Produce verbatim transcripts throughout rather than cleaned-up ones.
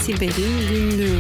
Siber'in Günlüğü.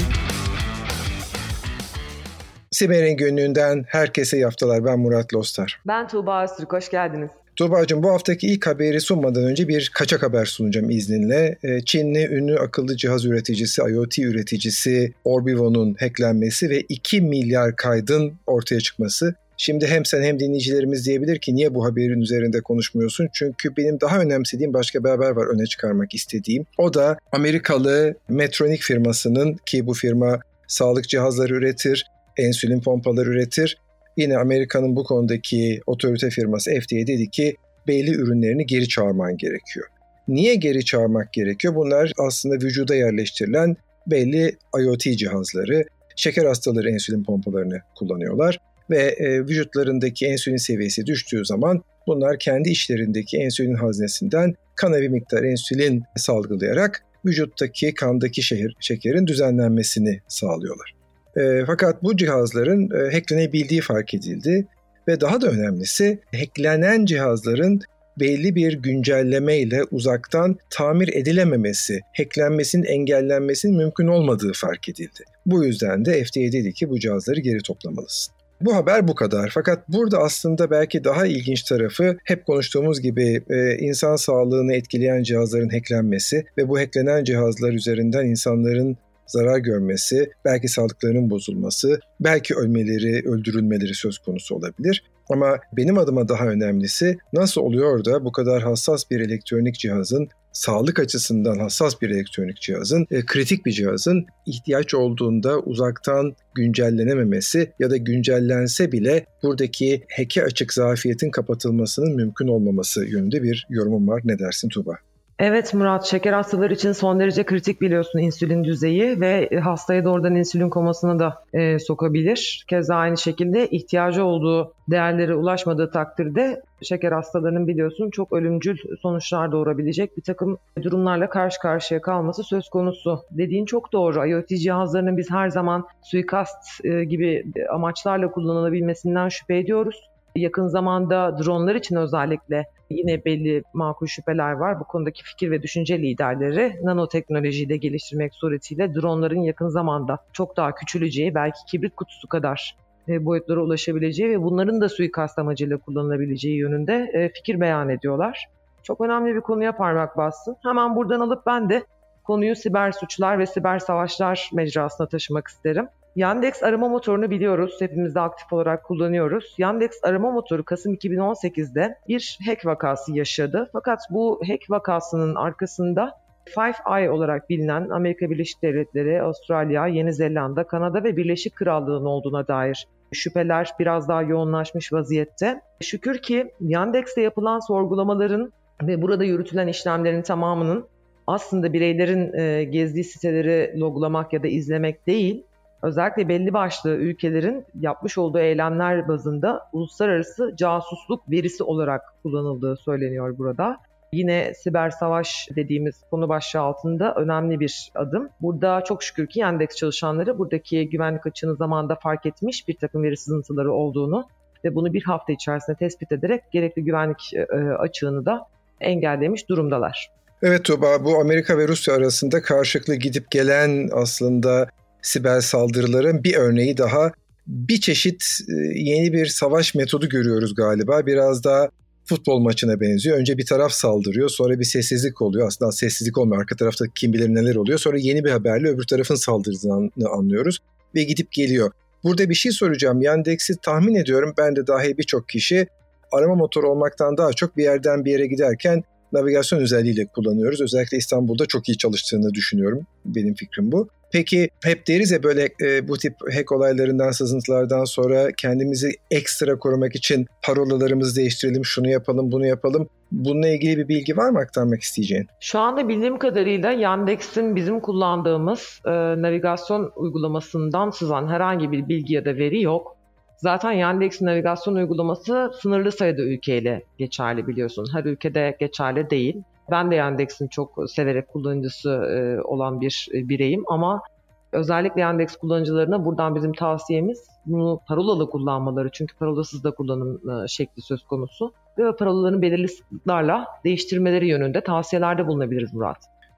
Siber'in Günlüğü'nden herkese iyi haftalar. Ben Murat Lostar. Ben Tuğba Öztürk. Hoş geldiniz. Tuğba'cığım, bu haftaki ilk haberi sunmadan önce bir kaçak haber sunacağım izninle. Çinli ünlü akıllı cihaz üreticisi, IoT üreticisi Orbivo'nun hacklenmesi ve iki milyar kaydın ortaya çıkması. Şimdi hem sen hem dinleyicilerimiz diyebilir ki niye bu haberin üzerinde konuşmuyorsun? Çünkü benim daha önemsediğim başka bir haber var öne çıkarmak istediğim. O da Amerikalı Medtronic firmasının, ki bu firma sağlık cihazları üretir, insülin pompaları üretir. Yine Amerika'nın bu konudaki otorite firması F D A dedi ki belli ürünlerini geri çağırman gerekiyor. Niye geri çağırmak gerekiyor? Bunlar aslında vücuda yerleştirilen belli IoT cihazları. Şeker hastaları insülin pompalarını kullanıyorlar ve e, vücutlarındaki insülin seviyesi düştüğü zaman bunlar kendi içlerindeki insülin haznesinden kana bir miktar insülin salgılayarak vücuttaki kandaki şeker, şekerin düzenlenmesini sağlıyorlar. E, fakat bu cihazların e, hacklenebildiği fark edildi ve daha da önemlisi hacklenen cihazların belli bir güncelleme ile uzaktan tamir edilememesi, hacklenmesinin engellenmesinin mümkün olmadığı fark edildi. Bu yüzden de F D A dedi ki bu cihazları geri toplamalısın. Bu haber bu kadar. Fakat burada aslında belki daha ilginç tarafı hep konuştuğumuz gibi e, insan sağlığını etkileyen cihazların hacklenmesi ve bu hacklenen cihazlar üzerinden insanların zarar görmesi, belki sağlıklarının bozulması, belki ölmeleri, öldürülmeleri söz konusu olabilir. Ama benim adıma daha önemlisi nasıl oluyor da bu kadar hassas bir elektronik cihazın, sağlık açısından hassas bir elektronik cihazın, e, kritik bir cihazın ihtiyaç olduğunda uzaktan güncellenememesi ya da güncellense bile buradaki hack'e açık zafiyetin kapatılmasının mümkün olmaması yönünde bir yorumum var. Ne dersin Tuğba? Evet Murat, şeker hastaları için son derece kritik biliyorsun insülin düzeyi ve hastayı doğrudan insülin komasına da e, sokabilir. Keza aynı şekilde ihtiyacı olduğu değerlere ulaşmadığı takdirde şeker hastalarının biliyorsun çok ölümcül sonuçlar doğurabilecek bir takım durumlarla karşı karşıya kalması söz konusu. Dediğin çok doğru. IoT cihazlarının biz her zaman suikast e, gibi amaçlarla kullanılabilmesinden şüphe ediyoruz. Yakın zamanda dronlar için özellikle yine belli makul şüpheler var. Bu konudaki fikir ve düşünce liderleri nanoteknolojiyi de geliştirmek suretiyle dronların yakın zamanda çok daha küçüleceği, belki kibrit kutusu kadar boyutlara ulaşabileceği ve bunların da suikast amacıyla kullanılabileceği yönünde fikir beyan ediyorlar. Çok önemli bir konuya parmak bastın. Hemen buradan alıp ben de konuyu siber suçlar ve siber savaşlar mecrasına taşımak isterim. Yandex arama motorunu biliyoruz. Hepimiz de aktif olarak kullanıyoruz. Yandex arama motoru Kasım iki bin on sekizde bir hack vakası yaşadı. Fakat bu hack vakasının arkasında Five Eye olarak bilinen Amerika Birleşik Devletleri, Avustralya, Yeni Zelanda, Kanada ve Birleşik Krallığı'nın olduğuna dair şüpheler biraz daha yoğunlaşmış vaziyette. Şükür ki Yandex'te yapılan sorgulamaların ve burada yürütülen işlemlerin tamamının aslında bireylerin e, gezdiği siteleri loglamak ya da izlemek değil, özellikle belli başlı ülkelerin yapmış olduğu eylemler bazında uluslararası casusluk verisi olarak kullanıldığı söyleniyor burada. Yine siber savaş dediğimiz konu başlığı altında önemli bir adım. Burada çok şükür ki Yandex çalışanları buradaki güvenlik açığını zamanında fark etmiş, bir takım veri sızıntıları olduğunu ve bunu bir hafta içerisinde tespit ederek gerekli güvenlik açığını da engellemiş durumdalar. Evet Tuğba, bu Amerika ve Rusya arasında karşılıklı gidip gelen aslında siber saldırıların bir örneği daha. Bir çeşit yeni bir savaş metodu görüyoruz galiba. Biraz daha futbol maçına benziyor. Önce bir taraf saldırıyor, sonra bir sessizlik oluyor. Aslında sessizlik olmuyor. Arka tarafta kim bilir neler oluyor. Sonra yeni bir haberle öbür tarafın saldırdığını anlıyoruz ve gidip geliyor. Burada bir şey soracağım. Yandex'i tahmin ediyorum, ben de dahil birçok kişi arama motoru olmaktan daha çok bir yerden bir yere giderken navigasyon özelliğiyle kullanıyoruz. Özellikle İstanbul'da çok iyi çalıştığını düşünüyorum. Benim fikrim bu. Peki hep deriz ya böyle e, bu tip hack olaylarından, sızıntılardan sonra kendimizi ekstra korumak için parolalarımızı değiştirelim, şunu yapalım, bunu yapalım. Bununla ilgili bir bilgi var mı aktarmak isteyeceğin? Şu anda bildiğim kadarıyla Yandex'in bizim kullandığımız e, navigasyon uygulamasından sızan herhangi bir bilgi ya da veri yok. Zaten Yandex'in navigasyon uygulaması sınırlı sayıda ülkeyle geçerli biliyorsun. Her ülkede geçerli değil. Ben de Yandex'in çok severek kullanıcısı e, olan bir e, bireyim ama özellikle Yandex kullanıcılarına buradan bizim tavsiyemiz bunu parolalı kullanmaları. Çünkü parolasız da kullanım e, şekli söz konusu. Ve parolalarını belirli sıklıklarla değiştirmeleri yönünde tavsiyelerde bulunabiliriz Murat.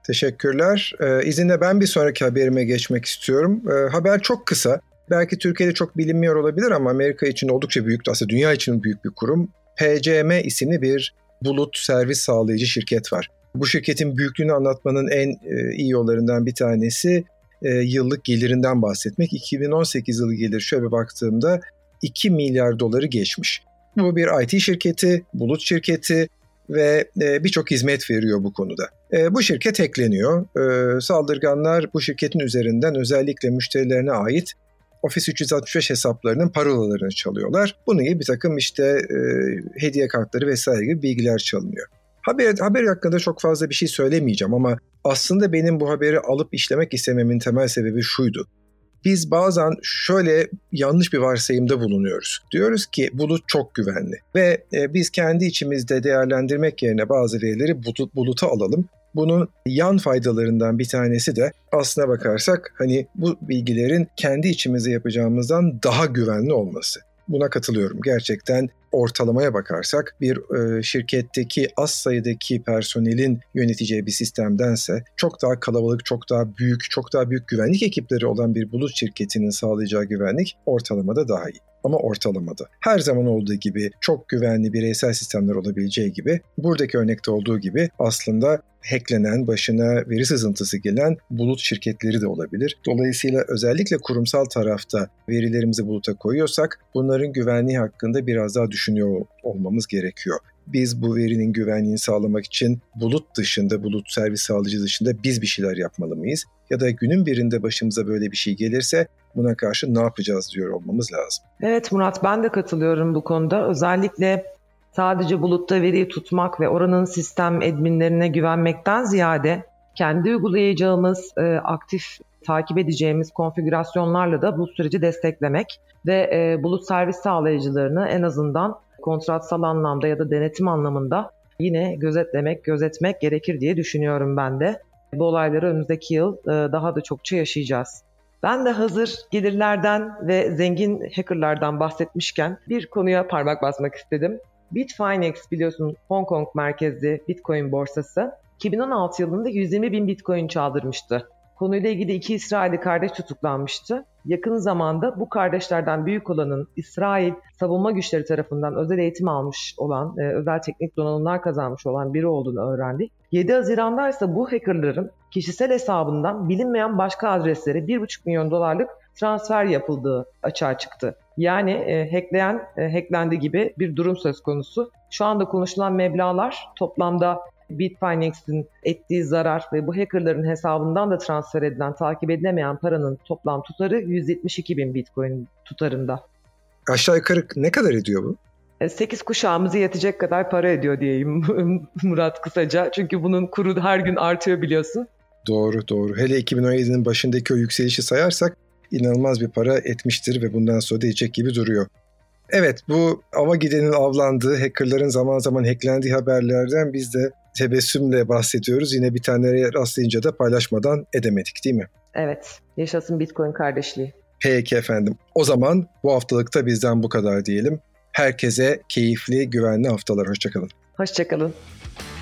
Teşekkürler. Ee, izinle ben bir sonraki haberime geçmek istiyorum. Ee, haber çok kısa. Belki Türkiye'de çok bilinmiyor olabilir ama Amerika için oldukça büyük, aslında dünya için büyük bir kurum. P C M isimli bir bulut servis sağlayıcı şirket var. Bu şirketin büyüklüğünü anlatmanın en e, iyi yollarından bir tanesi e, yıllık gelirinden bahsetmek. iki bin on sekiz yılı gelir şöyle baktığımda iki milyar doları geçmiş. Bu bir I T şirketi, bulut şirketi ve e, birçok hizmet veriyor bu konuda. E, bu şirket hackleniyor. E, saldırganlar bu şirketin üzerinden özellikle müşterilerine ait Office üç yüz altmış beş hesaplarının parolalarını çalıyorlar. Bunun gibi bir takım işte e, hediye kartları vesaire gibi bilgiler çalınıyor. Haber, haber hakkında çok fazla bir şey söylemeyeceğim ama aslında benim bu haberi alıp işlemek istememin temel sebebi şuydu. Biz bazen şöyle yanlış bir varsayımda bulunuyoruz. Diyoruz ki bulut çok güvenli ve e, biz kendi içimizde değerlendirmek yerine bazı verileri bulut, buluta alalım. Bunun yan faydalarından bir tanesi de aslına bakarsak hani bu bilgilerin kendi içimizde yapacağımızdan daha güvenli olması. Buna katılıyorum. Gerçekten ortalamaya bakarsak bir e, şirketteki az sayıdaki personelin yöneteceği bir sistemdense çok daha kalabalık, çok daha büyük, çok daha büyük güvenlik ekipleri olan bir bulut şirketinin sağlayacağı güvenlik ortalamada daha iyi. Ama ortalamada. Her zaman olduğu gibi çok güvenli bireysel sistemler olabileceği gibi buradaki örnekte olduğu gibi aslında hacklenen, başına veri sızıntısı gelen bulut şirketleri de olabilir. Dolayısıyla özellikle kurumsal tarafta verilerimizi buluta koyuyorsak bunların güvenliği hakkında biraz daha düşünüyor olmamız gerekiyor. Biz bu verinin güvenliğini sağlamak için bulut dışında, bulut servis sağlayıcı dışında biz bir şeyler yapmalı mıyız? Ya da günün birinde başımıza böyle bir şey gelirse buna karşı ne yapacağız diyor olmamız lazım. Evet Murat, ben de katılıyorum bu konuda. Özellikle sadece bulutta veriyi tutmak ve oranın sistem adminlerine güvenmekten ziyade kendi uygulayacağımız, e, aktif takip edeceğimiz konfigürasyonlarla da bu süreci desteklemek ve e, bulut servis sağlayıcılarını en azından kontratsal anlamda ya da denetim anlamında yine gözetlemek, gözetmek gerekir diye düşünüyorum ben de. Bu olayları önümüzdeki yıl daha da çokça yaşayacağız. Ben de hazır gelirlerden ve zengin hackerlardan bahsetmişken bir konuya parmak basmak istedim. Bitfinex biliyorsun Hong Kong merkezli Bitcoin borsası iki bin on altı yılında yüz yirmi bin Bitcoin çaldırmıştı. Konuyla ilgili iki İsrailli kardeş tutuklanmıştı. Yakın zamanda bu kardeşlerden büyük olanın İsrail savunma güçleri tarafından özel eğitim almış olan, özel teknik donanımlar kazanmış olan biri olduğunu öğrendik. yedi Haziran'da ise bu hackerların kişisel hesabından bilinmeyen başka adreslere bir buçuk milyon dolarlık transfer yapıldığı açığa çıktı. Yani e, hackleyen, e, hacklendi gibi bir durum söz konusu. Şu anda konuşulan meblağlar toplamda Bitfinex'in ettiği zarar ve bu hackerların hesabından da transfer edilen, takip edilemeyen paranın toplam tutarı yüz yetmiş iki bin Bitcoin tutarında. Aşağı yukarı ne kadar ediyor bu? sekiz kuşağımızı yetecek kadar para ediyor diyeyim Murat kısaca. Çünkü bunun kuru her gün artıyor biliyorsun. Doğru doğru. Hele iki bin on yedinin başındaki o yükselişi sayarsak inanılmaz bir para etmiştir ve bundan sonra da edecek gibi duruyor. Evet, bu ava gidenin avlandığı, hackerların zaman zaman hacklendiği haberlerden biz de tebessümle bahsediyoruz. Yine bir tane rastlayınca da paylaşmadan edemedik değil mi? Evet, yaşasın Bitcoin kardeşliği. Peki efendim. O zaman bu haftalıkta bizden bu kadar diyelim. Herkese keyifli, güvenli haftalar. Hoşçakalın. Hoşçakalın.